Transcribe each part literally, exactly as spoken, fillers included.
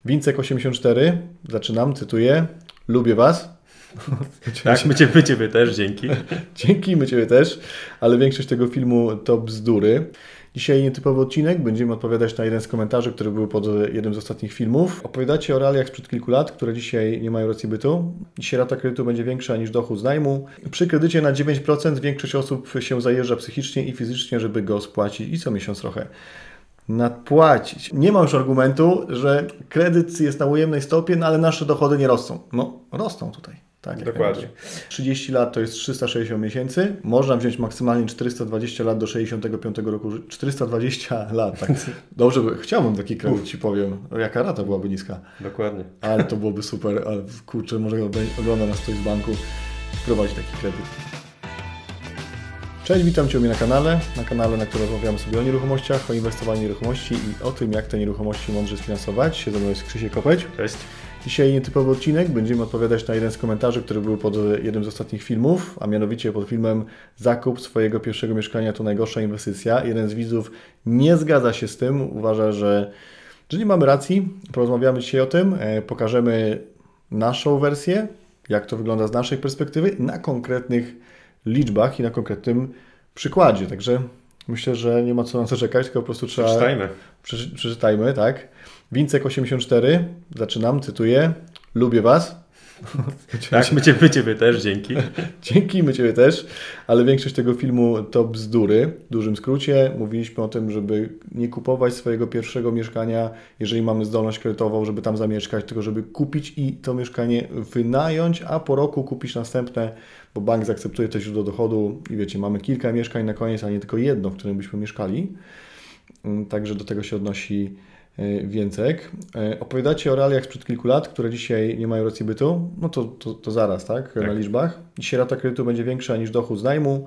Wincek osiemdziesiąt cztery, zaczynam, cytuję, lubię Was. Tak, my ciebie, my ciebie też, dzięki. Dzięki, my Ciebie też, ale większość tego filmu to bzdury. Dzisiaj nietypowy odcinek, będziemy odpowiadać na jeden z komentarzy, który był pod jednym z ostatnich filmów. Opowiadacie o realiach sprzed kilku lat, które dzisiaj nie mają racji bytu. Dzisiaj rata kredytu będzie większa niż dochód z najmu. Przy kredycie na dziewięć procent większość osób się zajeżdża psychicznie i fizycznie, żeby go spłacić i co miesiąc trochę nadpłacić. Nie ma już argumentu, że kredyt jest na ujemnej stopie, no ale nasze dochody nie rosną. No, rosną tutaj. Tak, dokładnie. trzydzieści lat to jest trzysta sześćdziesiąt miesięcy. Można wziąć maksymalnie czterysta dwadzieścia lat do sześćdziesiątego piątego roku. czterysta dwadzieścia lat. Tak. Dobrze, by, chciałbym taki kredyt, Ci powiem. Jaka rata byłaby niska. Dokładnie. Ale to byłoby super. Ale kurczę, może ogląda nas ktoś z banku. Wprowadzi taki kredyt. Cześć, witam Cię u mnie na kanale. Na kanale, na którym rozmawiamy sobie o nieruchomościach, o inwestowaniu w nieruchomości i o tym, jak te nieruchomości mądrze sfinansować. Siedzę mną jest Krzysiek Kopeć. Cześć. Dzisiaj nietypowy odcinek, będziemy odpowiadać na jeden z komentarzy, który był pod jednym z ostatnich filmów, a mianowicie pod filmem Zakup swojego pierwszego mieszkania to najgorsza inwestycja. Jeden z widzów nie zgadza się z tym, uważa, że, że nie mamy racji. Porozmawiamy dzisiaj o tym, pokażemy naszą wersję, jak to wygląda z naszej perspektywy, na konkretnych liczbach i na konkretnym przykładzie. Także myślę, że nie ma co na co czekać, tylko po prostu trzeba... Przeczytajmy. Przeczy, przeczytajmy, tak. Wincek osiemdziesiąt cztery, zaczynam, cytuję, lubię Was. Tak, my ciebie, my ciebie też, dzięki. Dzięki, my Ciebie też, ale większość tego filmu to bzdury. W dużym skrócie mówiliśmy o tym, żeby nie kupować swojego pierwszego mieszkania, jeżeli mamy zdolność kredytową, żeby tam zamieszkać, tylko żeby kupić i to mieszkanie wynająć, a po roku kupić następne, bo bank zaakceptuje to źródło dochodu i wiecie, mamy kilka mieszkań na koniec, a nie tylko jedno, w którym byśmy mieszkali. Także do tego się odnosi Więcek. Opowiadacie o realiach sprzed kilku lat, które dzisiaj nie mają racji bytu. No to, to, to zaraz, tak? Na tak. liczbach. Dzisiaj rata kredytu będzie większa niż dochód z najmu.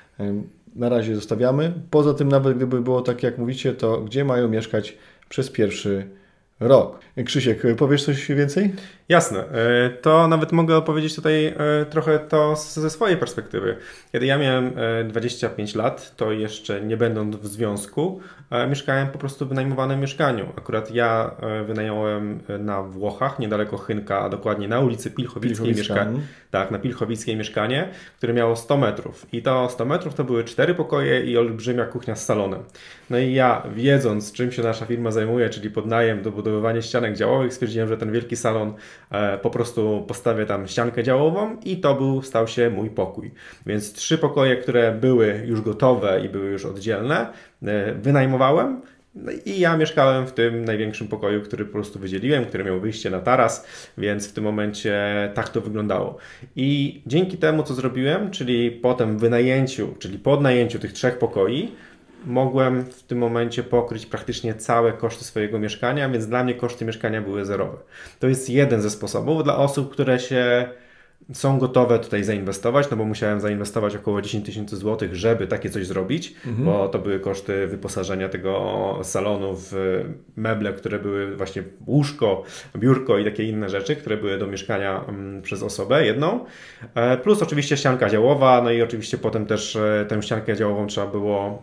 Na razie zostawiamy. Poza tym, nawet gdyby było tak, jak mówicie, to gdzie mają mieszkać przez pierwszy rok? Krzysiek, powiesz coś więcej? Jasne. To nawet mogę opowiedzieć tutaj trochę to ze swojej perspektywy. Kiedy ja miałem dwadzieścia pięć lat, to jeszcze nie będąc w związku, mieszkałem po prostu w wynajmowanym mieszkaniu. Akurat ja wynająłem na Włochach, niedaleko Chynka, a dokładnie na ulicy Pilchowickiej mieszkanie. Tak, na Pilchowickiej mieszkanie, które miało sto metrów. I to sto metrów to były cztery pokoje i olbrzymia kuchnia z salonem. No i ja, wiedząc, czym się nasza firma zajmuje, czyli podnajem, dobudowywanie ścianek działowych, stwierdziłem, że ten wielki salon e, po prostu postawię tam ściankę działową i to był, stał się mój pokój. Więc trzy pokoje, które były już gotowe i były już oddzielne, e, wynajmowałem. No i ja mieszkałem w tym największym pokoju, który po prostu wydzieliłem, który miał wyjście na taras, więc w tym momencie tak to wyglądało. I dzięki temu, co zrobiłem, czyli potem wynajęciu, czyli podnajęciu tych trzech pokoi, mogłem w tym momencie pokryć praktycznie całe koszty swojego mieszkania, więc dla mnie koszty mieszkania były zerowe. To jest jeden ze sposobów dla osób, które się są gotowe tutaj zainwestować, no bo musiałem zainwestować około dziesięć tysięcy złotych, żeby takie coś zrobić, mhm. bo to były koszty wyposażenia tego salonu w meble, które były właśnie łóżko, biurko i takie inne rzeczy, które były do mieszkania um, przez osobę jedną, e, plus oczywiście ścianka działowa, no i oczywiście potem też e, tę ściankę działową trzeba było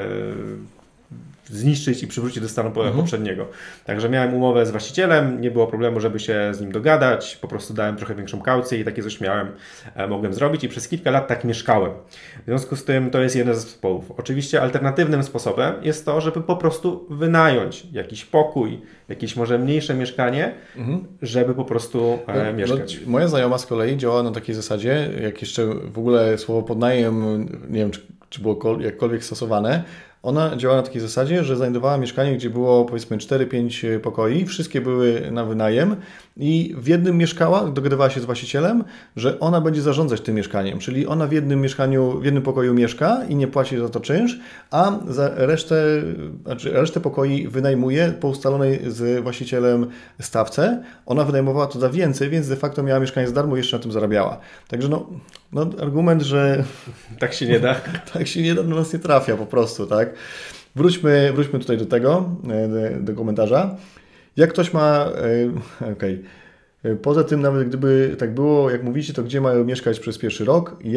e, zniszczyć i przywrócić do stanu mhm. poprzedniego. Także miałem umowę z właścicielem, nie było problemu, żeby się z nim dogadać, po prostu dałem trochę większą kaucję i takie coś miałem, e, mogłem zrobić i przez kilka lat tak mieszkałem. W związku z tym to jest jeden ze sposobów. Oczywiście alternatywnym sposobem jest to, żeby po prostu wynająć jakiś pokój, jakieś może mniejsze mieszkanie, mhm. żeby po prostu e, no, mieszkać. No, moja znajoma z kolei działa na takiej zasadzie, jak jeszcze w ogóle słowo podnajem, nie wiem czy, czy było jakkolwiek stosowane, ona działała na takiej zasadzie, że znajdowała mieszkanie, gdzie było powiedzmy cztery pięć pokoi, wszystkie były na wynajem i w jednym mieszkała, dogadywała się z właścicielem, że ona będzie zarządzać tym mieszkaniem, czyli ona w jednym mieszkaniu, w jednym pokoju mieszka i nie płaci za to czynsz, a za resztę, znaczy resztę pokoi wynajmuje po ustalonej z właścicielem stawce. Ona wynajmowała to za więcej, więc de facto miała mieszkanie za darmo i jeszcze na tym zarabiała. Także no, no argument, że tak się nie da. tak się nie da, do nas nie trafia po prostu, tak? Wróćmy, wróćmy tutaj do tego, do komentarza. Jak ktoś ma... Okej. Okay. Poza tym, nawet gdyby tak było, jak mówicie, to gdzie mają mieszkać przez pierwszy rok? Jak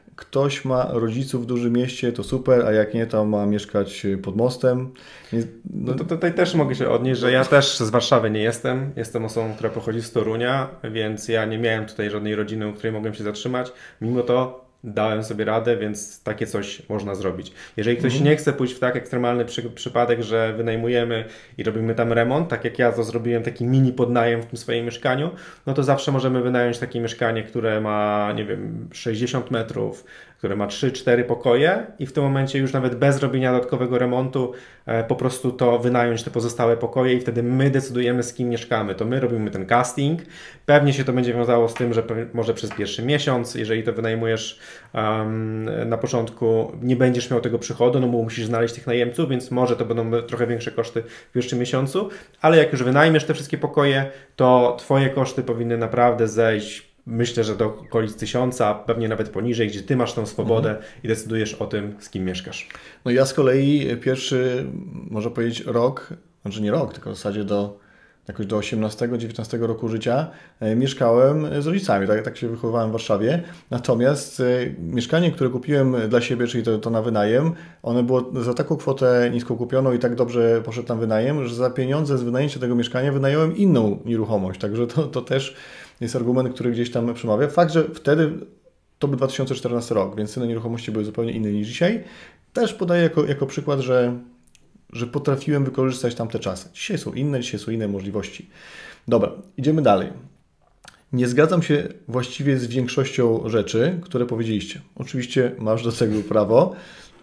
ktoś ma rodziców w dużym mieście, to super, a jak nie, to ma mieszkać pod mostem. Nie, no to tutaj też mogę się odnieść, że ja też z Warszawy nie jestem. Jestem osobą, która pochodzi z Torunia, więc ja nie miałem tutaj żadnej rodziny, u której mogłem się zatrzymać. Mimo to dałem sobie radę, więc takie coś można zrobić. Jeżeli ktoś mhm. nie chce pójść w tak ekstremalny przy, przypadek, że wynajmujemy i robimy tam remont, tak jak ja to zrobiłem, taki mini podnajem w tym swoim mieszkaniu, no to zawsze możemy wynająć takie mieszkanie, które ma, nie wiem, sześćdziesiąt metrów, które ma trzy cztery pokoje i w tym momencie już nawet bez robienia dodatkowego remontu e, po prostu to wynająć te pozostałe pokoje i wtedy my decydujemy, z kim mieszkamy. To my robimy ten casting. Pewnie się to będzie wiązało z tym, że może przez pierwszy miesiąc, jeżeli to wynajmujesz um, na początku, nie będziesz miał tego przychodu, no bo musisz znaleźć tych najemców, więc może to będą trochę większe koszty w pierwszym miesiącu, ale jak już wynajmiesz te wszystkie pokoje, to twoje koszty powinny naprawdę zejść. Myślę, że do okolic tysiąca, pewnie nawet poniżej, gdzie ty masz tą swobodę mhm. i decydujesz o tym, z kim mieszkasz. No ja z kolei pierwszy, można powiedzieć, rok, znaczy nie rok, tylko w zasadzie do, jakoś do osiemnastego dziewiętnastego roku życia e, mieszkałem z rodzicami, tak, tak się wychowywałem w Warszawie. Natomiast e, mieszkanie, które kupiłem dla siebie, czyli to, to na wynajem, ono było za taką kwotę nisko kupioną i tak dobrze poszedł tam wynajem, że za pieniądze z wynajęcia tego mieszkania wynająłem inną nieruchomość. Także to, to też jest argument, który gdzieś tam przemawia. Fakt, że wtedy to był dwa tysiące czternasty rok, więc ceny nieruchomości były zupełnie inne niż dzisiaj. Też podaję jako, jako przykład, że, że potrafiłem wykorzystać tamte czasy. Dzisiaj są inne, dzisiaj są inne możliwości. Dobra, idziemy dalej. Nie zgadzam się właściwie z większością rzeczy, które powiedzieliście. Oczywiście masz do tego prawo.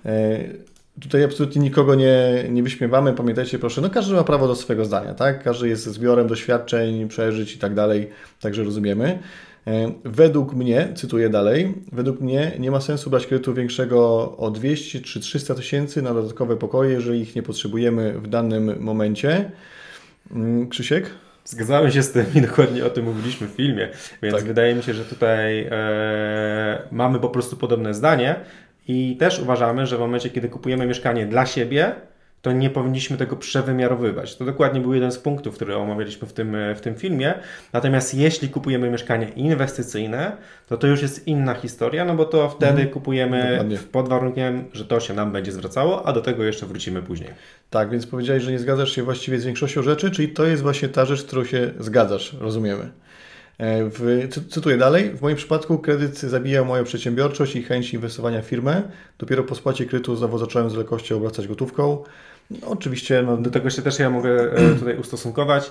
Tutaj absolutnie nikogo nie, nie wyśmiewamy. Pamiętajcie proszę, no każdy ma prawo do swojego zdania, tak? Każdy jest zbiorem doświadczeń, przeżyć i tak dalej, także rozumiemy. Według mnie, cytuję dalej, według mnie nie ma sensu brać kredytu większego o dwieście czy trzysta tysięcy na dodatkowe pokoje, jeżeli ich nie potrzebujemy w danym momencie. Krzysiek? Zgadzałem się z tym i dokładnie o tym mówiliśmy w filmie, więc tak. Wydaje mi się, że tutaj e, mamy po prostu podobne zdanie. I też uważamy, że w momencie, kiedy kupujemy mieszkanie dla siebie, to nie powinniśmy tego przewymiarowywać. To dokładnie był jeden z punktów, który omawialiśmy w tym, w tym filmie. Natomiast jeśli kupujemy mieszkanie inwestycyjne, to to już jest inna historia, no bo to wtedy mhm. kupujemy dokładnie. Pod warunkiem, że to się nam będzie zwracało, a do tego jeszcze wrócimy później. Tak, więc powiedziałeś, że nie zgadzasz się właściwie z większością rzeczy, czyli to jest właśnie ta rzecz, z którą się zgadzasz, rozumiemy. W, cytuję dalej. W moim przypadku kredyt zabijał moją przedsiębiorczość i chęć inwestowania w firmę. Dopiero po spłacie kredytu znowu zacząłem z lekkością obracać gotówką. No, oczywiście... No, do tego się też ja mogę tutaj ustosunkować.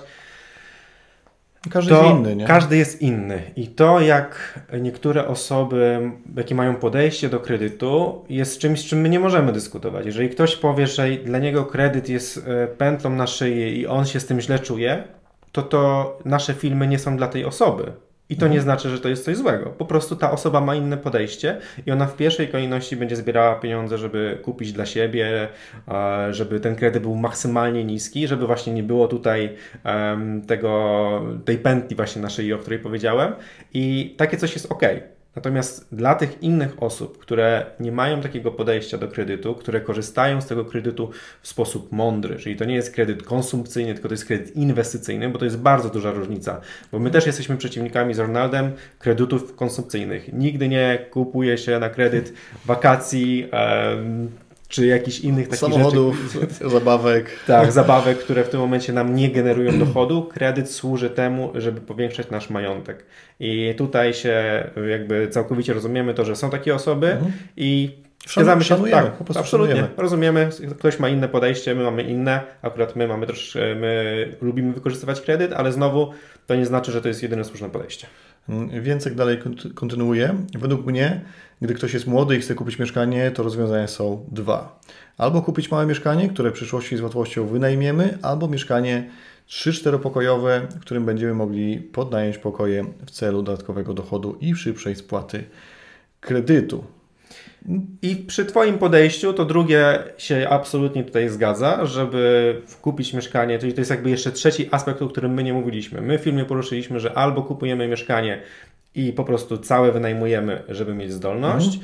Każdy to jest inny, nie? Każdy jest inny. I to, jak niektóre osoby, jakie mają podejście do kredytu, jest czymś, z czym my nie możemy dyskutować. Jeżeli ktoś powie, że dla niego kredyt jest pętlą na szyi i on się z tym źle czuje, to to nasze filmy nie są dla tej osoby. I to mhm. nie znaczy, że to jest coś złego. Po prostu ta osoba ma inne podejście i ona w pierwszej kolejności będzie zbierała pieniądze, żeby kupić dla siebie, żeby ten kredyt był maksymalnie niski, żeby właśnie nie było tutaj um, tego, tej pętli właśnie na szyi, o której powiedziałem. I takie coś jest ok. Natomiast dla tych innych osób, które nie mają takiego podejścia do kredytu, które korzystają z tego kredytu w sposób mądry, czyli to nie jest kredyt konsumpcyjny, tylko to jest kredyt inwestycyjny, bo to jest bardzo duża różnica. Bo my też jesteśmy przeciwnikami z Ronaldem kredytów konsumpcyjnych. Nigdy nie kupuje się na kredyt wakacji, um, czy jakichś innych takich samochodów, rzeczy. zabawek. Tak, zabawek, które w tym momencie nam nie generują dochodu. Kredyt służy temu, żeby powiększać nasz majątek. I tutaj się jakby całkowicie rozumiemy to, że są takie osoby mhm. i zgadzamy się. Szanujemy, tak, po prostu absolutnie. Szanujemy. Rozumiemy, ktoś ma inne podejście, my mamy inne. Akurat my mamy troszkę, my lubimy wykorzystywać kredyt, ale znowu to nie znaczy, że to jest jedyne słuszne podejście. Więcej dalej kontynuuję. Według mnie, gdy ktoś jest młody i chce kupić mieszkanie, to rozwiązania są dwa. Albo kupić małe mieszkanie, które w przyszłości z łatwością wynajmiemy, albo mieszkanie trzy cztery pokojowe, w którym będziemy mogli podnająć pokoje w celu dodatkowego dochodu i szybszej spłaty kredytu. I przy Twoim podejściu to drugie się absolutnie tutaj zgadza, żeby kupić mieszkanie, czyli to jest jakby jeszcze trzeci aspekt, o którym my nie mówiliśmy. My w filmie poruszyliśmy, że albo kupujemy mieszkanie i po prostu całe wynajmujemy, żeby mieć zdolność,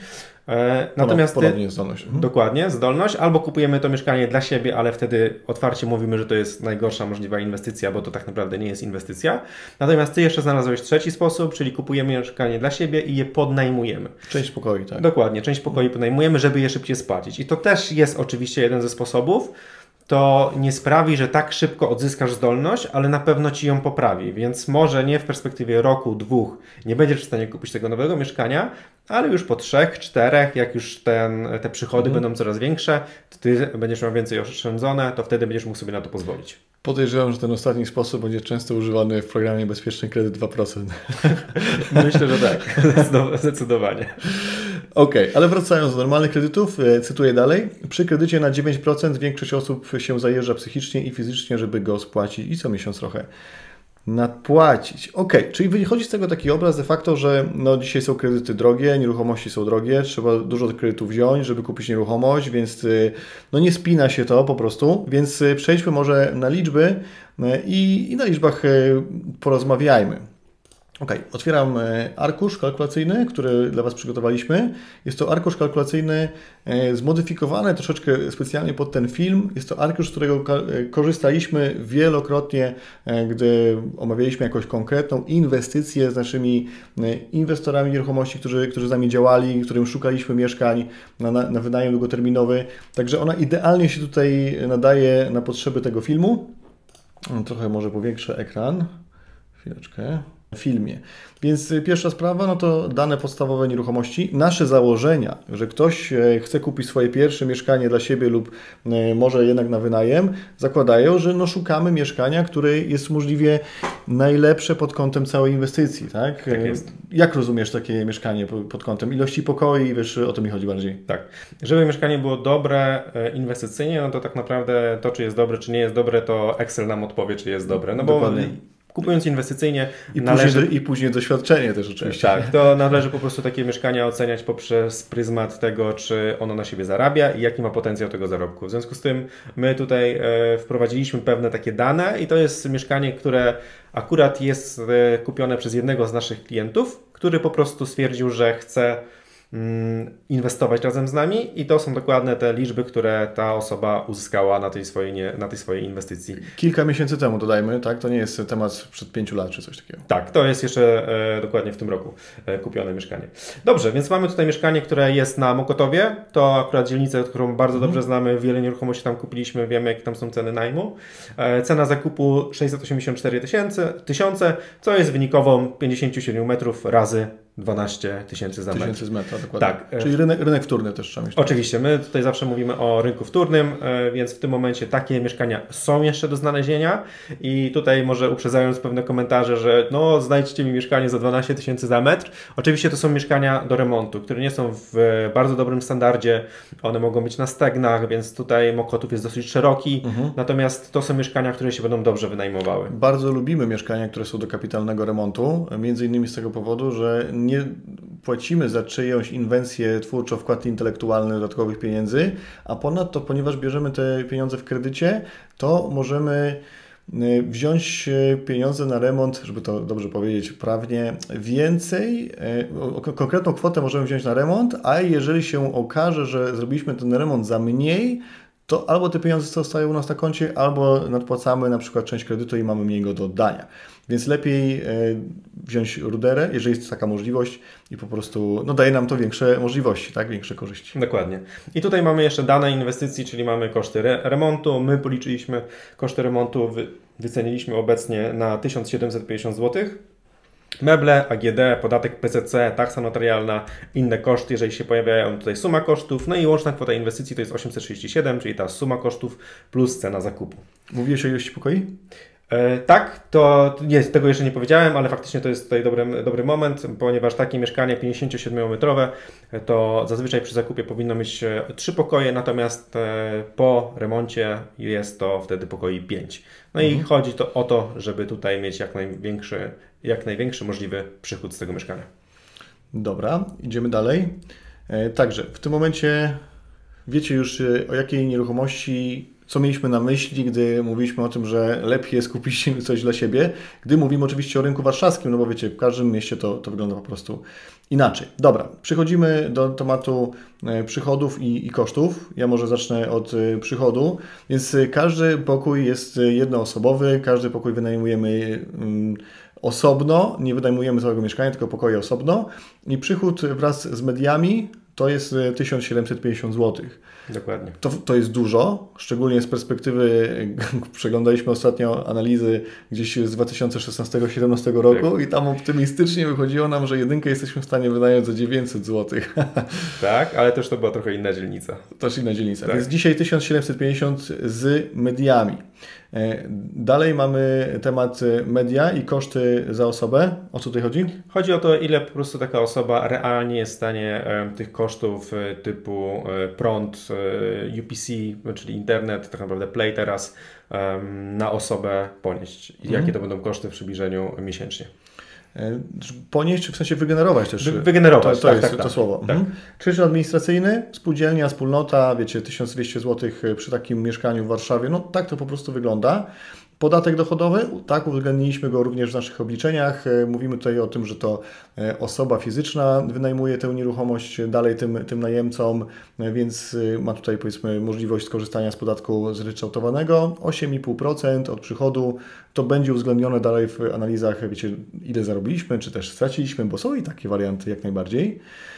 Natomiast Ponownie zdolność. Mhm. Dokładnie, zdolność. Albo kupujemy to mieszkanie dla siebie, ale wtedy otwarcie mówimy, że to jest najgorsza możliwa inwestycja, bo to tak naprawdę nie jest inwestycja. Natomiast Ty jeszcze znalazłeś trzeci sposób, czyli kupujemy mieszkanie dla siebie i je podnajmujemy. Część pokoi, tak. Dokładnie, część pokoi podnajmujemy, żeby je szybciej spłacić. I to też jest oczywiście jeden ze sposobów. To nie sprawi, że tak szybko odzyskasz zdolność, ale na pewno Ci ją poprawi, więc może nie w perspektywie roku, dwóch nie będziesz w stanie kupić tego nowego mieszkania, ale już po trzech, czterech, jak już ten, te przychody mhm. będą coraz większe, to Ty będziesz miał więcej oszczędzone, to wtedy będziesz mógł sobie na to pozwolić. Podejrzewam, że ten ostatni sposób będzie często używany w programie Bezpieczny Kredyt dwa procent. Myślę, że tak. Zdecydowanie. Okej, okay, ale wracając do normalnych kredytów, cytuję dalej. Przy kredycie na dziewięć procent większość osób się zajeżdża psychicznie i fizycznie, żeby go spłacić i co miesiąc trochę nadpłacić. Ok, czyli wychodzi z tego taki obraz de facto, że no dzisiaj są kredyty drogie, nieruchomości są drogie, trzeba dużo tych kredytów wziąć, żeby kupić nieruchomość, więc no nie spina się to po prostu, więc przejdźmy może na liczby i, i na liczbach porozmawiajmy. Ok, otwieram arkusz kalkulacyjny, który dla Was przygotowaliśmy. Jest to arkusz kalkulacyjny zmodyfikowany troszeczkę specjalnie pod ten film. Jest to arkusz, z którego korzystaliśmy wielokrotnie, gdy omawialiśmy jakąś konkretną inwestycję z naszymi inwestorami nieruchomości, którzy, którzy z nami działali, którym szukaliśmy mieszkań na, na wynajem długoterminowy. Także ona idealnie się tutaj nadaje na potrzeby tego filmu. Trochę może powiększę ekran. Chwileczkę. Filmie. Więc pierwsza sprawa, no to dane podstawowe nieruchomości. Nasze założenia, że ktoś chce kupić swoje pierwsze mieszkanie dla siebie lub może jednak na wynajem, zakładają, że no szukamy mieszkania, które jest możliwie najlepsze pod kątem całej inwestycji, tak? Tak jest. Jak rozumiesz takie mieszkanie pod kątem ilości pokoi? Wiesz, o to mi chodzi bardziej. Tak. Żeby mieszkanie było dobre inwestycyjnie, no to tak naprawdę to, czy jest dobre, czy nie jest dobre, to Excel nam odpowie, czy jest dobre. No bo dokładnie. Kupując inwestycyjnie I, należy... później, i później doświadczenie też oczywiście. Tak, to należy po prostu takie mieszkania oceniać poprzez pryzmat tego, czy ono na siebie zarabia i jaki ma potencjał tego zarobku. W związku z tym my tutaj e, wprowadziliśmy pewne takie dane i to jest mieszkanie, które akurat jest e, kupione przez jednego z naszych klientów, który po prostu stwierdził, że chce inwestować razem z nami i to są dokładne te liczby, które ta osoba uzyskała na tej swojej, nie, na tej swojej inwestycji. Kilka miesięcy temu dodajmy, tak? To nie jest temat sprzed pięciu lat czy coś takiego. Tak, to jest jeszcze e, dokładnie w tym roku e, kupione mieszkanie. Dobrze, więc mamy tutaj mieszkanie, które jest na Mokotowie. To akurat dzielnica, którą bardzo dobrze mm. znamy. Wiele nieruchomości tam kupiliśmy, wiemy jakie tam są ceny najmu. E, cena zakupu sześćset osiemdziesiąt cztery tysiące, co jest wynikową pięćdziesiąt siedem metrów razy dwanaście tysięcy za metr. Tysięcy z metra, dokładnie. Tak. Czyli rynek, rynek wtórny też trzeba mieć. Oczywiście, my tutaj zawsze mówimy o rynku wtórnym, więc w tym momencie takie mieszkania są jeszcze do znalezienia i tutaj może uprzedzając pewne komentarze, że no znajdźcie mi mieszkanie za dwanaście tysięcy za metr. Oczywiście to są mieszkania do remontu, które nie są w bardzo dobrym standardzie, one mogą być na stegnach, więc tutaj Mokotów jest dosyć szeroki, mhm. natomiast to są mieszkania, które się będą dobrze wynajmowały. Bardzo lubimy mieszkania, które są do kapitalnego remontu, między innymi z tego powodu, że nie płacimy za czyjąś inwencję twórczą, wkład intelektualny dodatkowych pieniędzy, a ponadto, ponieważ bierzemy te pieniądze w kredycie, to możemy wziąć pieniądze na remont, żeby to dobrze powiedzieć prawnie, więcej, konkretną kwotę możemy wziąć na remont, a jeżeli się okaże, że zrobiliśmy ten remont za mniej, to albo te pieniądze zostają u nas na koncie, albo nadpłacamy na przykład część kredytu i mamy mniej go do oddania. Więc lepiej wziąć ruderę, jeżeli jest taka możliwość i po prostu no, daje nam to większe możliwości, tak? Większe korzyści. Dokładnie. I tutaj mamy jeszcze dane inwestycji, czyli mamy koszty re remontu. My policzyliśmy koszty remontu, wy wyceniliśmy obecnie na tysiąc siedemset pięćdziesiąt złotych. Meble, A G D, podatek P C C, taksa notarialna, inne koszty, jeżeli się pojawiają tutaj suma kosztów, no i łączna kwota inwestycji to jest osiemset trzydzieści siedem, czyli ta suma kosztów plus cena zakupu. Mówiłeś o ilości pokoi? E, tak, to nie, tego jeszcze nie powiedziałem, ale faktycznie to jest tutaj dobry, dobry moment, ponieważ takie mieszkanie pięćdziesięciosiedmiometrowe to zazwyczaj przy zakupie powinno mieć trzy pokoje, natomiast e, po remoncie jest to wtedy pokoi pięć. No mhm. i chodzi to o to, żeby tutaj mieć jak największy, jak największy możliwy przychód z tego mieszkania. Dobra, idziemy dalej. E, także w tym momencie wiecie już o jakiej nieruchomości, co mieliśmy na myśli, gdy mówiliśmy o tym, że lepiej jest kupić coś dla siebie, gdy mówimy oczywiście o rynku warszawskim, no bo wiecie, w każdym mieście to, to wygląda po prostu inaczej. Dobra, przechodzimy do tematu przychodów i, i kosztów. Ja może zacznę od przychodu. Więc każdy pokój jest jednoosobowy, każdy pokój wynajmujemy osobno, nie wynajmujemy całego mieszkania, tylko pokoje osobno i przychód wraz z mediami to jest tysiąc siedemset pięćdziesiąt złotych. Dokładnie. To, to jest dużo, szczególnie z perspektywy, przeglądaliśmy ostatnio analizy gdzieś z dwa tysiące szesnastego do dwa tysiące siedemnastego roku tak. I tam optymistycznie wychodziło nam, że jedynkę jesteśmy w stanie wynająć za dziewięćset złotych. Tak, ale też to była trochę inna dzielnica. Też inna dzielnica, tak. Więc dzisiaj tysiąc siedemset pięćdziesiąt z mediami. Dalej mamy temat media i koszty za osobę. O co tutaj chodzi? Chodzi o to, ile po prostu taka osoba realnie jest w stanie tych kosztów typu prąd, U P C, czyli internet, tak naprawdę Play teraz, na osobę ponieść. I jakie to będą koszty w przybliżeniu miesięcznie? Ponieść, czy w sensie wygenerować też? Wy, wygenerować, to, to tak, jest tak, to tak. słowo. Tak. Mhm. Czynsz administracyjny, spółdzielnia, wspólnota, wiecie, tysiąc dwieście złotych przy takim mieszkaniu w Warszawie, no tak to po prostu wygląda. Podatek dochodowy, tak, uwzględniliśmy go również w naszych obliczeniach. Mówimy tutaj o tym, że to osoba fizyczna wynajmuje tę nieruchomość dalej tym, tym najemcom, więc ma tutaj powiedzmy możliwość skorzystania z podatku zryczałtowanego. osiem i pół procent od przychodu to będzie uwzględnione dalej w analizach, wiecie, ile zarobiliśmy, czy też straciliśmy, bo są i takie warianty jak najbardziej.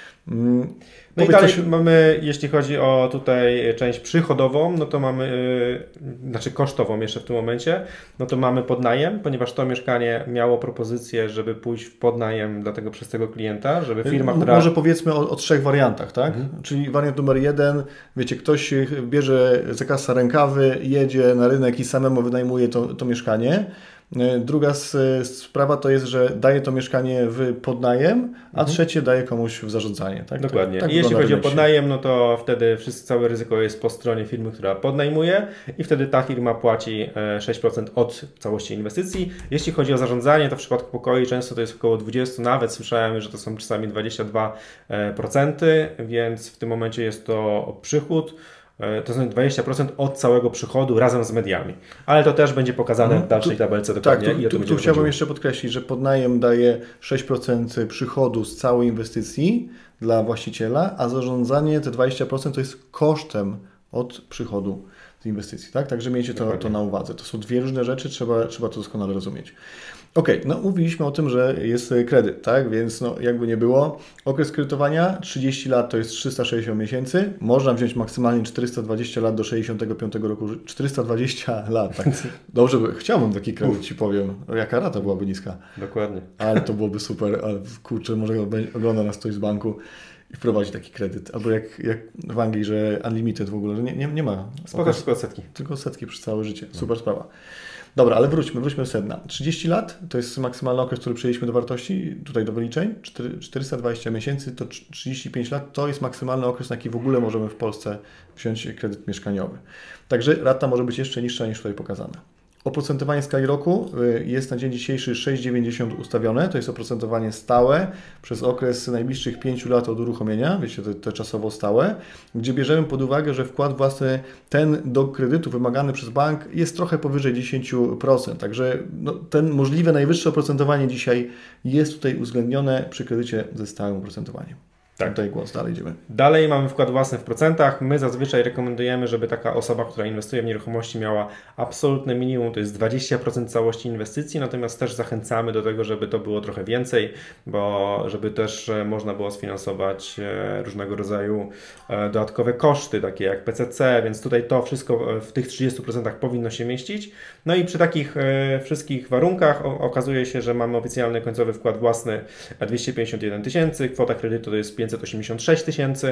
No i dalej coś... mamy, jeśli chodzi o tutaj część przychodową, no to mamy, yy, znaczy kosztową jeszcze w tym momencie, no to mamy podnajem, ponieważ to mieszkanie miało propozycję, żeby pójść w podnajem dla tego przez tego klienta, żeby firma, która... Może powiedzmy o, o trzech wariantach, tak? Mhm. Czyli wariant numer jeden, wiecie, ktoś bierze zakasa rękawy, jedzie na rynek i samemu wynajmuje to, to mieszkanie. Druga sprawa to jest, że daje to mieszkanie w podnajem, a mhm. trzecie daje komuś w zarządzanie. Tak? Dokładnie. Tak, tak I jeśli chodzi o podnajem, no to wtedy wszystko, całe ryzyko jest po stronie firmy, która podnajmuje i wtedy ta firma płaci sześć procent od całości inwestycji. Jeśli chodzi o zarządzanie, to w przypadku pokoi często to jest około dwadzieścia procent, nawet słyszałem, że to są czasami dwadzieścia dwa procent, więc w tym momencie jest to przychód. To są dwadzieścia procent od całego przychodu razem z mediami. Ale to też będzie pokazane w dalszej tabelce dokładnie. Tak, tu, i o tu, tu chciałbym jeszcze podkreślić, że podnajem daje sześć procent przychodu z całej inwestycji dla właściciela, a zarządzanie te dwadzieścia procent to jest kosztem od przychodu z inwestycji. Tak? Także miejcie to, to na uwadze. To są dwie różne rzeczy, trzeba, trzeba to doskonale rozumieć. Ok, no mówiliśmy o tym, że jest kredyt, tak? Więc no, jakby nie było, okres kredytowania trzydzieści lat to jest trzysta sześćdziesiąt miesięcy, można wziąć maksymalnie czterysta dwadzieścia lat do sześćdziesiątego piątego roku, czterysta dwadzieścia lat, tak? Dobrze, by, chciałbym taki kredyt, Ci powiem, jaka rata byłaby niska. Dokładnie. Ale to byłoby super, ale kurczę, może ogląda nas ktoś z banku i wprowadzi taki kredyt, albo jak, jak w Anglii, że unlimited w ogóle, że nie, nie, nie ma. Spoko, tylko setki. Tylko setki przez całe życie, super sprawa. Dobra, ale wróćmy, wróćmy do sedna. trzydzieści lat to jest maksymalny okres, który przejęliśmy do wartości, tutaj do wyliczeń. czterysta dwadzieścia miesięcy to trzydzieści pięć lat to jest maksymalny okres, na jaki w ogóle możemy w Polsce wziąć kredyt mieszkaniowy. Także rata może być jeszcze niższa niż tutaj pokazana. Oprocentowanie w skali roku jest na dzień dzisiejszy sześć przecinek dziewięćdziesiąt ustawione, to jest oprocentowanie stałe przez okres najbliższych pięciu lat od uruchomienia, wiecie, te, te czasowo stałe, gdzie bierzemy pod uwagę, że wkład własny ten do kredytu wymagany przez bank jest trochę powyżej dziesięć procent, także no, ten możliwe najwyższe oprocentowanie dzisiaj jest tutaj uwzględnione przy kredycie ze stałym oprocentowaniem. Tak. Tutaj głos, dalej idziemy. Dalej mamy wkład własny w procentach. My zazwyczaj rekomendujemy, żeby taka osoba, która inwestuje w nieruchomości, miała absolutne minimum, to jest dwadzieścia procent całości inwestycji, natomiast też zachęcamy do tego, żeby to było trochę więcej, bo żeby też można było sfinansować różnego rodzaju dodatkowe koszty, takie jak P C C, więc tutaj to wszystko w tych trzydziestu procentach powinno się mieścić. No i przy takich wszystkich warunkach okazuje się, że mamy oficjalny końcowy wkład własny dwieście pięćdziesiąt jeden tysięcy, kwota kredytu to jest pięćset osiemdziesiąt sześć tysięcy,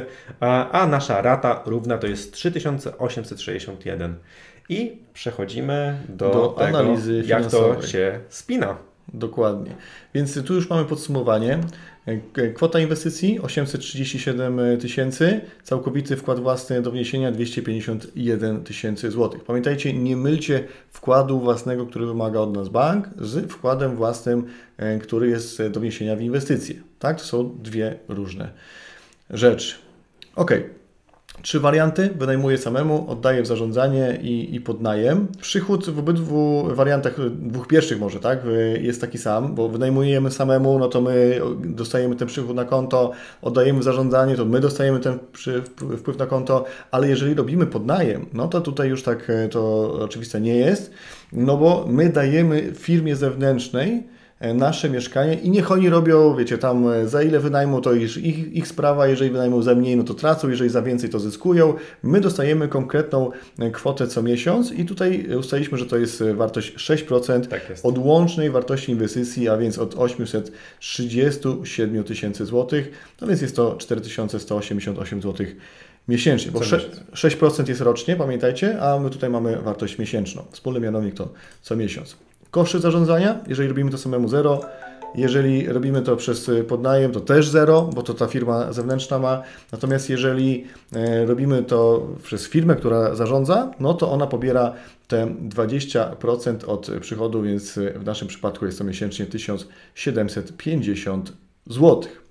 a nasza rata równa to jest trzy tysiące osiemset sześćdziesiąt jeden. I przechodzimy do, do tego, analizy jak finansowej. To się spina. Dokładnie. Więc tu już mamy podsumowanie. Kwota inwestycji osiemset trzydzieści siedem tysięcy, całkowity wkład własny do wniesienia dwieście pięćdziesiąt jeden tysięcy złotych. Pamiętajcie, nie mylcie wkładu własnego, który wymaga od nas bank, z wkładem własnym, który jest do wniesienia w inwestycje. Tak? To są dwie różne rzeczy. Ok. Trzy warianty, wynajmuję samemu, oddaję w zarządzanie i, i podnajem. Przychód w obydwu wariantach, dwóch pierwszych może, tak, jest taki sam, bo wynajmujemy samemu, no to my dostajemy ten przychód na konto, oddajemy w zarządzanie, to my dostajemy ten wpływ na konto, ale jeżeli robimy podnajem, no to tutaj już tak to oczywiste nie jest, no bo my dajemy firmie zewnętrznej nasze mieszkanie i niech oni robią, wiecie, tam za ile wynajmą, to już ich, ich sprawa, jeżeli wynajmą za mniej, no to tracą, jeżeli za więcej, to zyskują. My dostajemy konkretną kwotę co miesiąc i tutaj ustaliliśmy, że to jest wartość sześć procent tak od łącznej wartości inwestycji, a więc od osiemset trzydzieści siedem tysięcy złotych, no więc jest to cztery tysiące sto osiemdziesiąt osiem złotych miesięcznie, bo sześć procent jest rocznie, pamiętajcie, a my tutaj mamy wartość miesięczną. Wspólny mianownik to co miesiąc. Koszty zarządzania, jeżeli robimy to samemu zero, jeżeli robimy to przez podnajem, to też zero, bo to ta firma zewnętrzna ma. Natomiast jeżeli robimy to przez firmę, która zarządza, no to ona pobiera te dwadzieścia procent od przychodu, więc w naszym przypadku jest to miesięcznie tysiąc siedemset pięćdziesiąt złotych.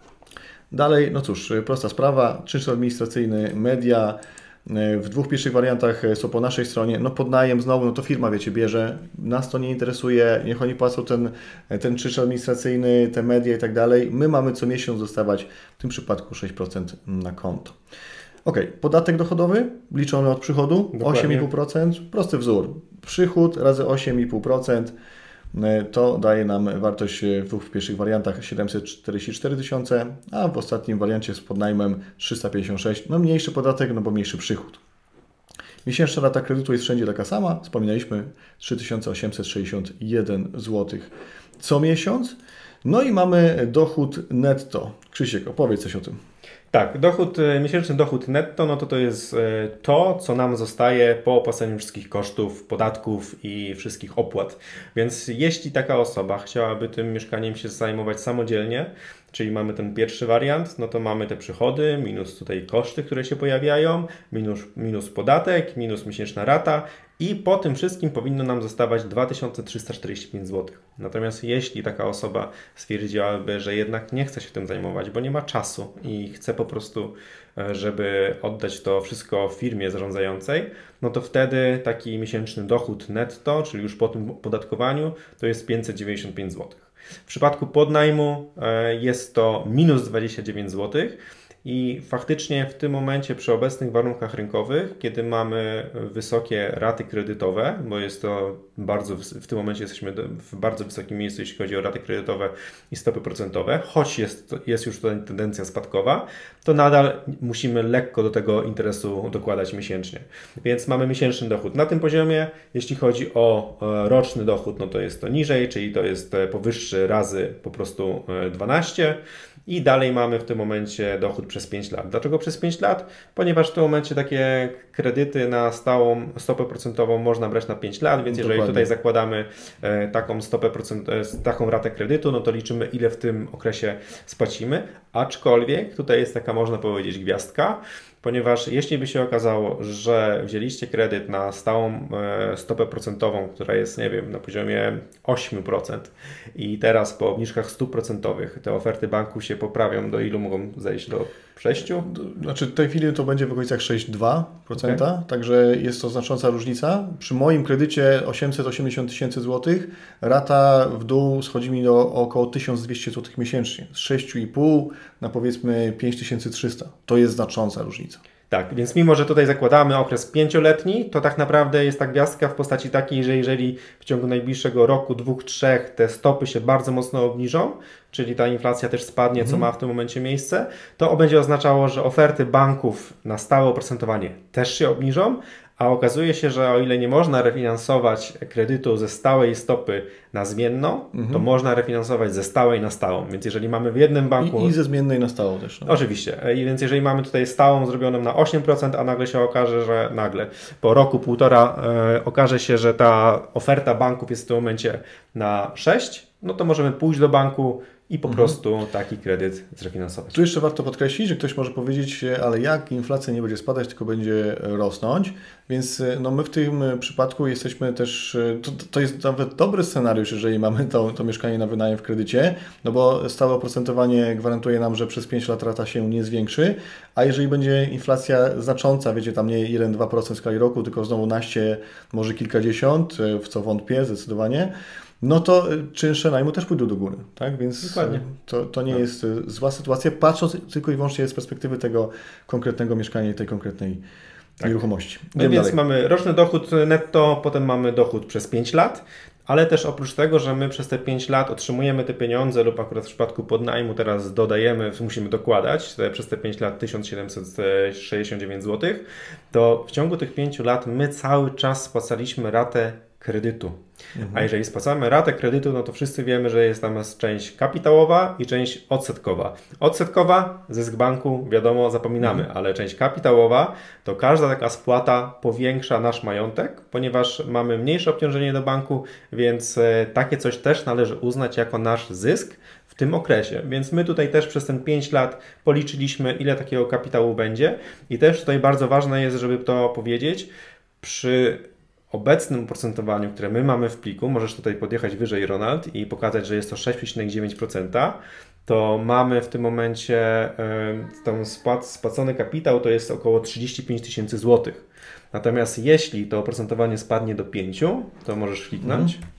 Dalej, no cóż, prosta sprawa, czynsz administracyjny, media. W dwóch pierwszych wariantach są po naszej stronie, no podnajem znowu, no to firma, wiecie, bierze, nas to nie interesuje, niech oni płacą ten, ten czynsz administracyjny, te media i tak dalej. My mamy co miesiąc dostawać w tym przypadku sześć procent na konto. Ok, podatek dochodowy liczony od przychodu, Dokładnie. osiem i pół procent, prosty wzór. Przychód razy osiem i pół procent. To daje nam wartość w dwóch pierwszych wariantach siedemset czterdzieści cztery tysiące, a w ostatnim wariancie z podnajmem trzysta pięćdziesiąt sześć. No mniejszy podatek, no bo mniejszy przychód. Miesięczna rata kredytu jest wszędzie taka sama. Wspominaliśmy trzy tysiące osiemset sześćdziesiąt jeden złotych co miesiąc. No i mamy dochód netto. Krzysiek, opowiedz coś o tym. Tak, dochód, miesięczny dochód netto, no to to jest to, co nam zostaje po opłaceniu wszystkich kosztów, podatków i wszystkich opłat. Więc jeśli taka osoba chciałaby tym mieszkaniem się zajmować samodzielnie, czyli mamy ten pierwszy wariant, no to mamy te przychody, minus tutaj koszty, które się pojawiają, minus, minus podatek, minus miesięczna rata i po tym wszystkim powinno nam zostawać dwa tysiące trzysta czterdzieści pięć złotych. Natomiast jeśli taka osoba stwierdziłaby, że jednak nie chce się tym zajmować, bo nie ma czasu i chce po prostu, żeby oddać to wszystko firmie zarządzającej, no to wtedy taki miesięczny dochód netto, czyli już po tym opodatkowaniu, to jest pięćset dziewięćdziesiąt pięć złotych. W przypadku podnajmu jest to minus dwadzieścia dziewięć złotych i faktycznie w tym momencie przy obecnych warunkach rynkowych, kiedy mamy wysokie raty kredytowe, bo jest to bardzo, w tym momencie jesteśmy w bardzo wysokim miejscu, jeśli chodzi o raty kredytowe i stopy procentowe, choć jest, jest już tutaj tendencja spadkowa, to nadal musimy lekko do tego interesu dokładać miesięcznie. Więc mamy miesięczny dochód na tym poziomie. Jeśli chodzi o roczny dochód, no to jest to niżej, czyli to jest powyższy razy po prostu dwanaście. I dalej mamy w tym momencie dochód przez pięć lat. Dlaczego przez pięć lat? Ponieważ w tym momencie takie kredyty na stałą stopę procentową można brać na pięć lat, więc jeżeli Dokładnie. Tutaj zakładamy taką stopę procent, taką ratę kredytu, no to liczymy, ile w tym okresie spłacimy. Aczkolwiek tutaj jest taka, można powiedzieć, gwiazdka, ponieważ jeśli by się okazało, że wzięliście kredyt na stałą stopę procentową, która jest, nie wiem, na poziomie osiem procent i teraz po obniżkach stóp procentowych te oferty banku się poprawią, do ilu mogą zejść? Do sześć procent? Znaczy w tej chwili to będzie w okolicach sześć przecinek dwa procent, okay. Także jest to znacząca różnica. Przy moim kredycie osiemset osiemdziesiąt tysięcy złotych rata w dół schodzi mi do około tysiąc dwieście złotych miesięcznie. Z sześć przecinek pięć na powiedzmy pięć tysięcy trzysta. To jest znacząca różnica. Tak, więc mimo, że tutaj zakładamy okres pięcioletni, to tak naprawdę jest ta gwiazdka w postaci takiej, że jeżeli w ciągu najbliższego roku, dwóch, trzech te stopy się bardzo mocno obniżą, czyli ta inflacja też spadnie, mhm. co ma w tym momencie miejsce, to będzie oznaczało, że oferty banków na stałe oprocentowanie też się obniżą, a okazuje się, że o ile nie można refinansować kredytu ze stałej stopy na zmienną, mhm. to można refinansować ze stałej na stałą. Więc jeżeli mamy w jednym banku... I, i ze zmiennej na stałą też. No. Oczywiście. I więc jeżeli mamy tutaj stałą zrobioną na osiem procent, a nagle się okaże, że nagle po roku, półtora e, okaże się, że ta oferta banków jest w tym momencie na sześć procent, no to możemy pójść do banku i po mhm. prostu taki kredyt zrefinansować. Tu jeszcze warto podkreślić, że ktoś może powiedzieć, ale jak inflacja nie będzie spadać, tylko będzie rosnąć, więc no my w tym przypadku jesteśmy też, to, to jest nawet dobry scenariusz, jeżeli mamy to, to mieszkanie na wynajem w kredycie, no bo stałe oprocentowanie gwarantuje nam, że przez pięć lat rata się nie zwiększy, a jeżeli będzie inflacja znacząca, wiecie, tam nie jeden do dwóch procent w skali roku, tylko znowu naście, może kilkadziesiąt, w co wątpię zdecydowanie, no to czynsze najmu też pójdą do góry, tak? Więc Dokładnie. to, to nie tak. jest zła sytuacja, patrząc tylko i wyłącznie z perspektywy tego konkretnego mieszkania i tej konkretnej tak. nieruchomości. No więc dalej. Mamy roczny dochód netto, potem mamy dochód przez pięć lat, ale też oprócz tego, że my przez te pięć lat otrzymujemy te pieniądze lub akurat w przypadku podnajmu teraz dodajemy, musimy dokładać te, przez te pięć lat tysiąc siedemset sześćdziesiąt dziewięć złotych, to w ciągu tych pięciu lat my cały czas spłacaliśmy ratę kredytu. Mhm. A jeżeli spłacamy ratę kredytu, no to wszyscy wiemy, że jest tam część kapitałowa i część odsetkowa. Odsetkowa, zysk banku, wiadomo, zapominamy, mhm. ale część kapitałowa to każda taka spłata powiększa nasz majątek, ponieważ mamy mniejsze obciążenie do banku, więc takie coś też należy uznać jako nasz zysk w tym okresie. Więc my tutaj też przez ten pięć lat policzyliśmy, ile takiego kapitału będzie i też tutaj bardzo ważne jest, żeby to powiedzieć, przy obecnym oprocentowaniu, które my mamy w pliku, możesz tutaj podjechać wyżej, Ronald, i pokazać, że jest to sześć przecinek dziewięć procent, to mamy w tym momencie y, ten spłac, spłacony kapitał to jest około trzydzieści pięć tysięcy złotych. Natomiast jeśli to oprocentowanie spadnie do pięć, to możesz kliknąć. Mhm.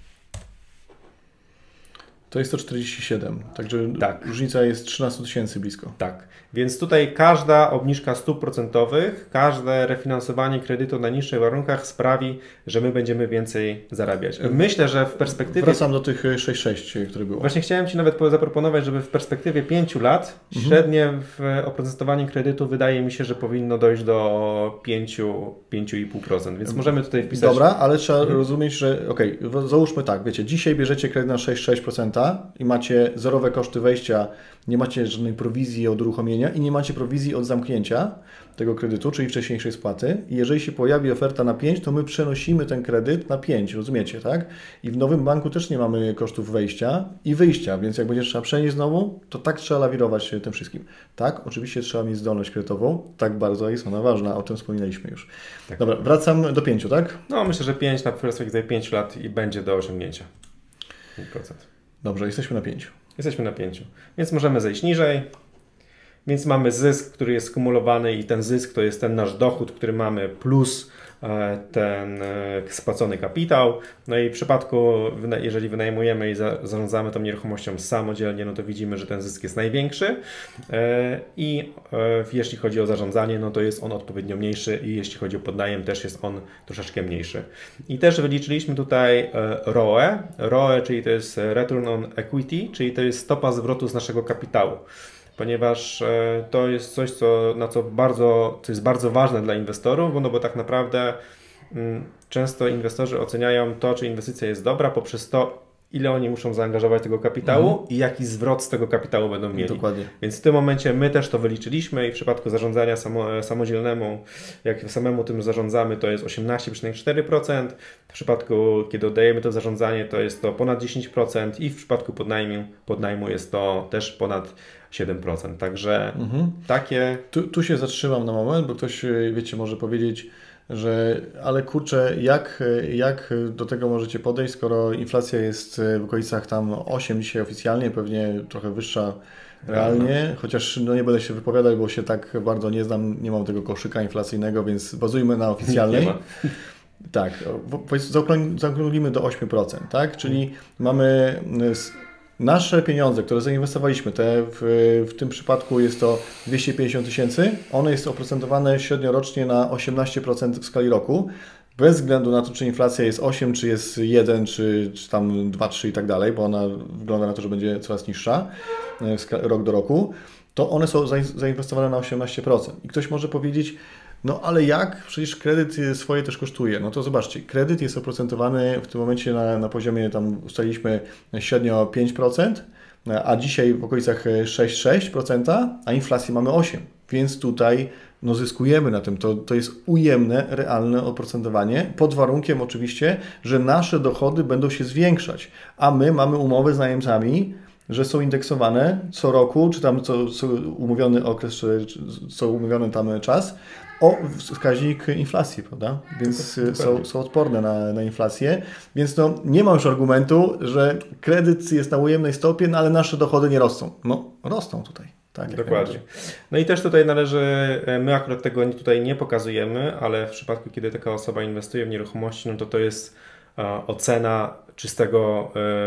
To jest sto czterdzieści siedem, także tak. różnica jest trzynaście tysięcy blisko. Tak, więc tutaj każda obniżka stóp procentowych, każde refinansowanie kredytu na niższych warunkach sprawi, że my będziemy więcej zarabiać. Myślę, że w perspektywie... Wracam do tych sześć sześć, które było. Właśnie chciałem Ci nawet zaproponować, żeby w perspektywie pięciu lat mhm. średnie w oprocentowanie kredytu wydaje mi się, że powinno dojść do pięć do pięciu i pół procent, więc możemy tutaj wpisać... Dobra, ale trzeba mhm. rozumieć, że okej, okay, załóżmy tak, wiecie, dzisiaj bierzecie kredyt na sześć przecinek sześć procent i macie zerowe koszty wejścia, nie macie żadnej prowizji od uruchomienia i nie macie prowizji od zamknięcia tego kredytu, czyli wcześniejszej spłaty. I jeżeli się pojawi oferta na pięć, to my przenosimy ten kredyt na pięć, rozumiecie, tak? I w nowym banku też nie mamy kosztów wejścia i wyjścia, więc jak będzie trzeba przenieść znowu, to tak trzeba lawirować tym wszystkim. Tak, oczywiście trzeba mieć zdolność kredytową, tak bardzo jest ona ważna, o tym wspominaliśmy już. Tak. Dobra, wracam do pięciu, tak? No myślę, że pięć na perspektywie pięciu lat i będzie do osiągnięcia. pięć procent. Dobrze, jesteśmy na pięciu. Jesteśmy na pięciu, więc możemy zejść niżej. Więc mamy zysk, który jest skumulowany i ten zysk to jest ten nasz dochód, który mamy plus ten spłacony kapitał. No i w przypadku, jeżeli wynajmujemy i zarządzamy tą nieruchomością samodzielnie, no to widzimy, że ten zysk jest największy i jeśli chodzi o zarządzanie, no to jest on odpowiednio mniejszy i jeśli chodzi o podnajem, też jest on troszeczkę mniejszy. I też wyliczyliśmy tutaj R O E. R O E, czyli to jest Return on Equity, czyli to jest stopa zwrotu z naszego kapitału. Ponieważ to jest coś, co, na co, bardzo, co jest bardzo ważne dla inwestorów, bo, no bo tak naprawdę mm, często inwestorzy oceniają to, czy inwestycja jest dobra poprzez to, ile oni muszą zaangażować tego kapitału mhm. i jaki zwrot z tego kapitału będą mieli. Dokładnie. Więc w tym momencie my też to wyliczyliśmy i w przypadku zarządzania samo, samodzielnemu, jak samemu tym zarządzamy, to jest osiemnaście przecinek cztery procent. W przypadku, kiedy oddajemy to zarządzanie, to jest to ponad dziesięć procent i w przypadku podnajmu, podnajmu jest to też ponad siedem procent. Także mhm. takie... Tu, tu się zatrzymam na moment, bo ktoś, wiecie, może powiedzieć, że ale kurczę, jak, jak do tego możecie podejść, skoro inflacja jest w okolicach tam osiem dzisiaj oficjalnie, pewnie trochę wyższa realnie, chociaż no nie będę się wypowiadać, bo się tak bardzo nie znam, nie mam tego koszyka inflacyjnego, więc bazujmy na oficjalnej. Tak, zaokrąglimy do osiem procent, tak? Czyli mamy nasze pieniądze, które zainwestowaliśmy, te w, w tym przypadku jest to dwieście pięćdziesiąt tysięcy, one jest oprocentowane średnio rocznie na osiemnaście procent w skali roku, bez względu na to, czy inflacja jest osiem, czy jest jeden, czy, czy tam dwa, trzy i tak dalej, bo ona wygląda na to, że będzie coraz niższa rok do roku, to one są zainwestowane na osiemnaście procent. I ktoś może powiedzieć, no ale jak? Przecież kredyt swoje też kosztuje. No to zobaczcie, kredyt jest oprocentowany w tym momencie na, na poziomie, tam ustaliliśmy średnio pięć procent, a dzisiaj w okolicach sześć przecinek sześć procent, a inflacji mamy osiem procent. Więc tutaj no zyskujemy na tym. To, to jest ujemne, realne oprocentowanie, pod warunkiem oczywiście, że nasze dochody będą się zwiększać, a my mamy umowy z najemcami, że są indeksowane co roku, czy tam co, co umówiony okres, czy, czy co umówiony tam czas, o wskaźnik inflacji, prawda? Więc są, są odporne na, na inflację, więc no, nie ma już argumentu, że kredyt jest na ujemnej stopie, no ale nasze dochody nie rosną. No, rosną tutaj. Tak, dokładnie. No i też tutaj należy, my akurat tego tutaj nie pokazujemy, ale w przypadku, kiedy taka osoba inwestuje w nieruchomości, no to to jest ocena czystego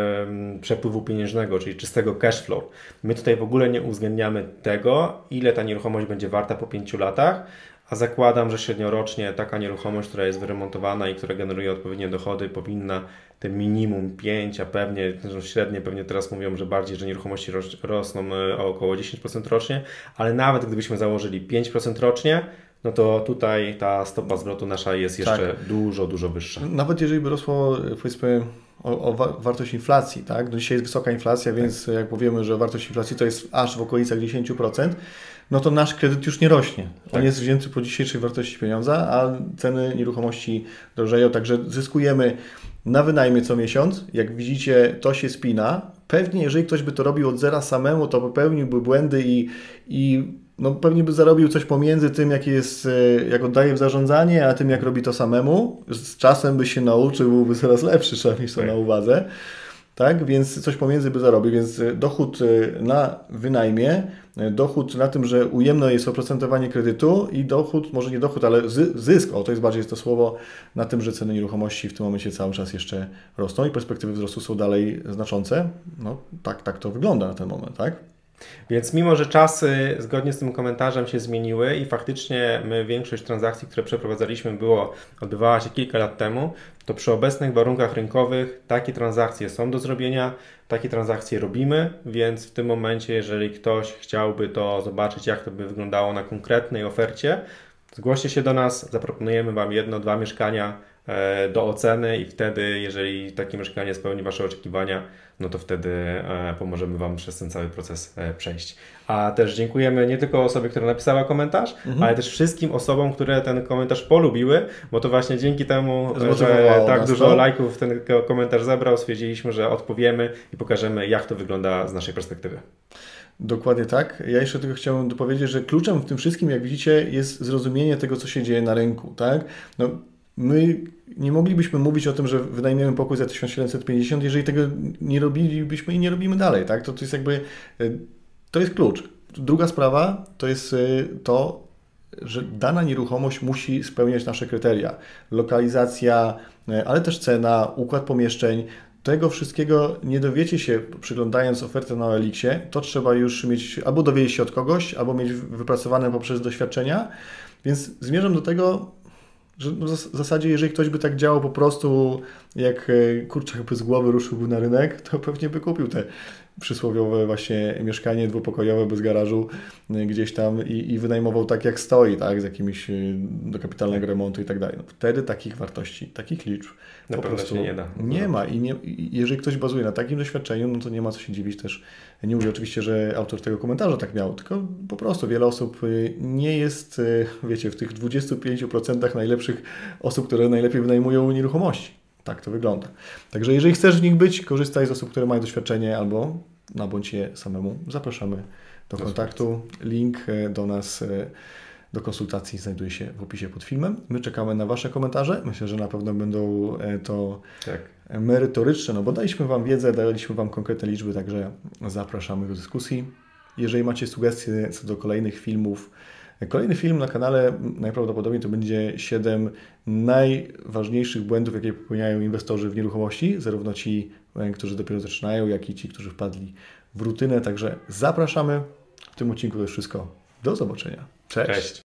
y, przepływu pieniężnego, czyli czystego cash flow. My tutaj w ogóle nie uwzględniamy tego, ile ta nieruchomość będzie warta po pięciu latach, a zakładam, że średniorocznie taka nieruchomość, która jest wyremontowana i która generuje odpowiednie dochody, powinna te minimum pięć, a pewnie średnie, pewnie teraz mówią, że bardziej, że nieruchomości rosną o około dziesięć procent rocznie, ale nawet gdybyśmy założyli pięć procent rocznie, no to tutaj ta stopa zwrotu nasza jest jeszcze tak. dużo, dużo wyższa. Nawet jeżeli by rosło, powiedzmy, o, o wa- wartość inflacji, tak? No dzisiaj jest wysoka inflacja, tak. Więc jak powiemy, że wartość inflacji to jest aż w okolicach dziesięć procent, no to nasz kredyt już nie rośnie. On tak. jest wzięty po dzisiejszej wartości pieniądza, a ceny nieruchomości drożeją, także zyskujemy na wynajmie co miesiąc. Jak widzicie, to się spina. Pewnie jeżeli ktoś by to robił od zera samemu, to popełniłby błędy i, i no pewnie by zarobił coś pomiędzy tym, jak jest, jak oddaje w zarządzanie, a tym, jak robi to samemu. Z czasem by się nauczył, byłby coraz lepszy, trzeba mieć to tak. na uwadze. Tak, więc coś pomiędzy by zarobił, więc dochód na wynajmie, dochód na tym, że ujemne jest oprocentowanie kredytu i dochód, może nie dochód, ale zysk, o to jest bardziej to słowo, na tym, że ceny nieruchomości w tym momencie cały czas jeszcze rosną i perspektywy wzrostu są dalej znaczące. No tak, tak to wygląda na ten moment, tak? Więc mimo, że czasy zgodnie z tym komentarzem się zmieniły i faktycznie my większość transakcji, które przeprowadzaliśmy było, odbywała się kilka lat temu, to przy obecnych warunkach rynkowych takie transakcje są do zrobienia, takie transakcje robimy, więc w tym momencie, jeżeli ktoś chciałby to zobaczyć, jak to by wyglądało na konkretnej ofercie, zgłoście się do nas, zaproponujemy Wam jedno, dwa mieszkania do oceny i wtedy, jeżeli takie mieszkanie spełni Wasze oczekiwania, no to wtedy pomożemy Wam przez ten cały proces przejść. A też dziękujemy nie tylko osobie, która napisała komentarz, mhm. ale też wszystkim osobom, które ten komentarz polubiły, bo to właśnie dzięki temu, że tak nas, dużo no? lajków ten komentarz zebrał, stwierdziliśmy, że odpowiemy i pokażemy, jak to wygląda z naszej perspektywy. Dokładnie tak. Ja jeszcze tylko chciałem dopowiedzieć, że kluczem w tym wszystkim, jak widzicie, jest zrozumienie tego, co się dzieje na rynku, tak? No, my nie moglibyśmy mówić o tym, że wynajmiemy pokój za tysiąc siedemset pięćdziesiąt, jeżeli tego nie robilibyśmy i nie robimy dalej, tak? To, to jest jakby, to jest klucz. Druga sprawa to jest to, że dana nieruchomość musi spełniać nasze kryteria. Lokalizacja, ale też cena, układ pomieszczeń. Tego wszystkiego nie dowiecie się przyglądając ofertę na O L X-ie. To trzeba już mieć, albo dowiedzieć się od kogoś, albo mieć wypracowane poprzez doświadczenia. Więc zmierzam do tego, że w zasadzie jeżeli ktoś by tak działał po prostu jak kurczak by z głowy ruszyłby na rynek, to pewnie by kupił te przysłowiowe właśnie mieszkanie dwupokojowe bez garażu gdzieś tam i, i wynajmował tak jak stoi, tak, z jakimiś do kapitalnego remontu i tak dalej. No, wtedy takich wartości, takich liczb na po prostu się nie da. Nie ma i, nie, i jeżeli ktoś bazuje na takim doświadczeniu, no to nie ma co się dziwić też. Nie mówię oczywiście, że autor tego komentarza tak miał, tylko po prostu wiele osób nie jest, wiecie, w tych dwudziestu pięciu procentach najlepszych osób, które najlepiej wynajmują nieruchomości. Tak to wygląda. Także jeżeli chcesz w nich być, korzystaj z osób, które mają doświadczenie albo nabądź je samemu. Zapraszamy do kontaktu. Link do nas, do konsultacji znajduje się w opisie pod filmem. My czekamy na Wasze komentarze. Myślę, że na pewno będą to tak. merytoryczne, no bo daliśmy Wam wiedzę, daliśmy Wam konkretne liczby, także zapraszamy do dyskusji. Jeżeli macie sugestie co do kolejnych filmów, kolejny film na kanale najprawdopodobniej to będzie siedem najważniejszych błędów, jakie popełniają inwestorzy w nieruchomości, zarówno ci, którzy dopiero zaczynają, jak i ci, którzy wpadli w rutynę. Także zapraszamy. W tym odcinku to już wszystko. Do zobaczenia. Cześć. Cześć.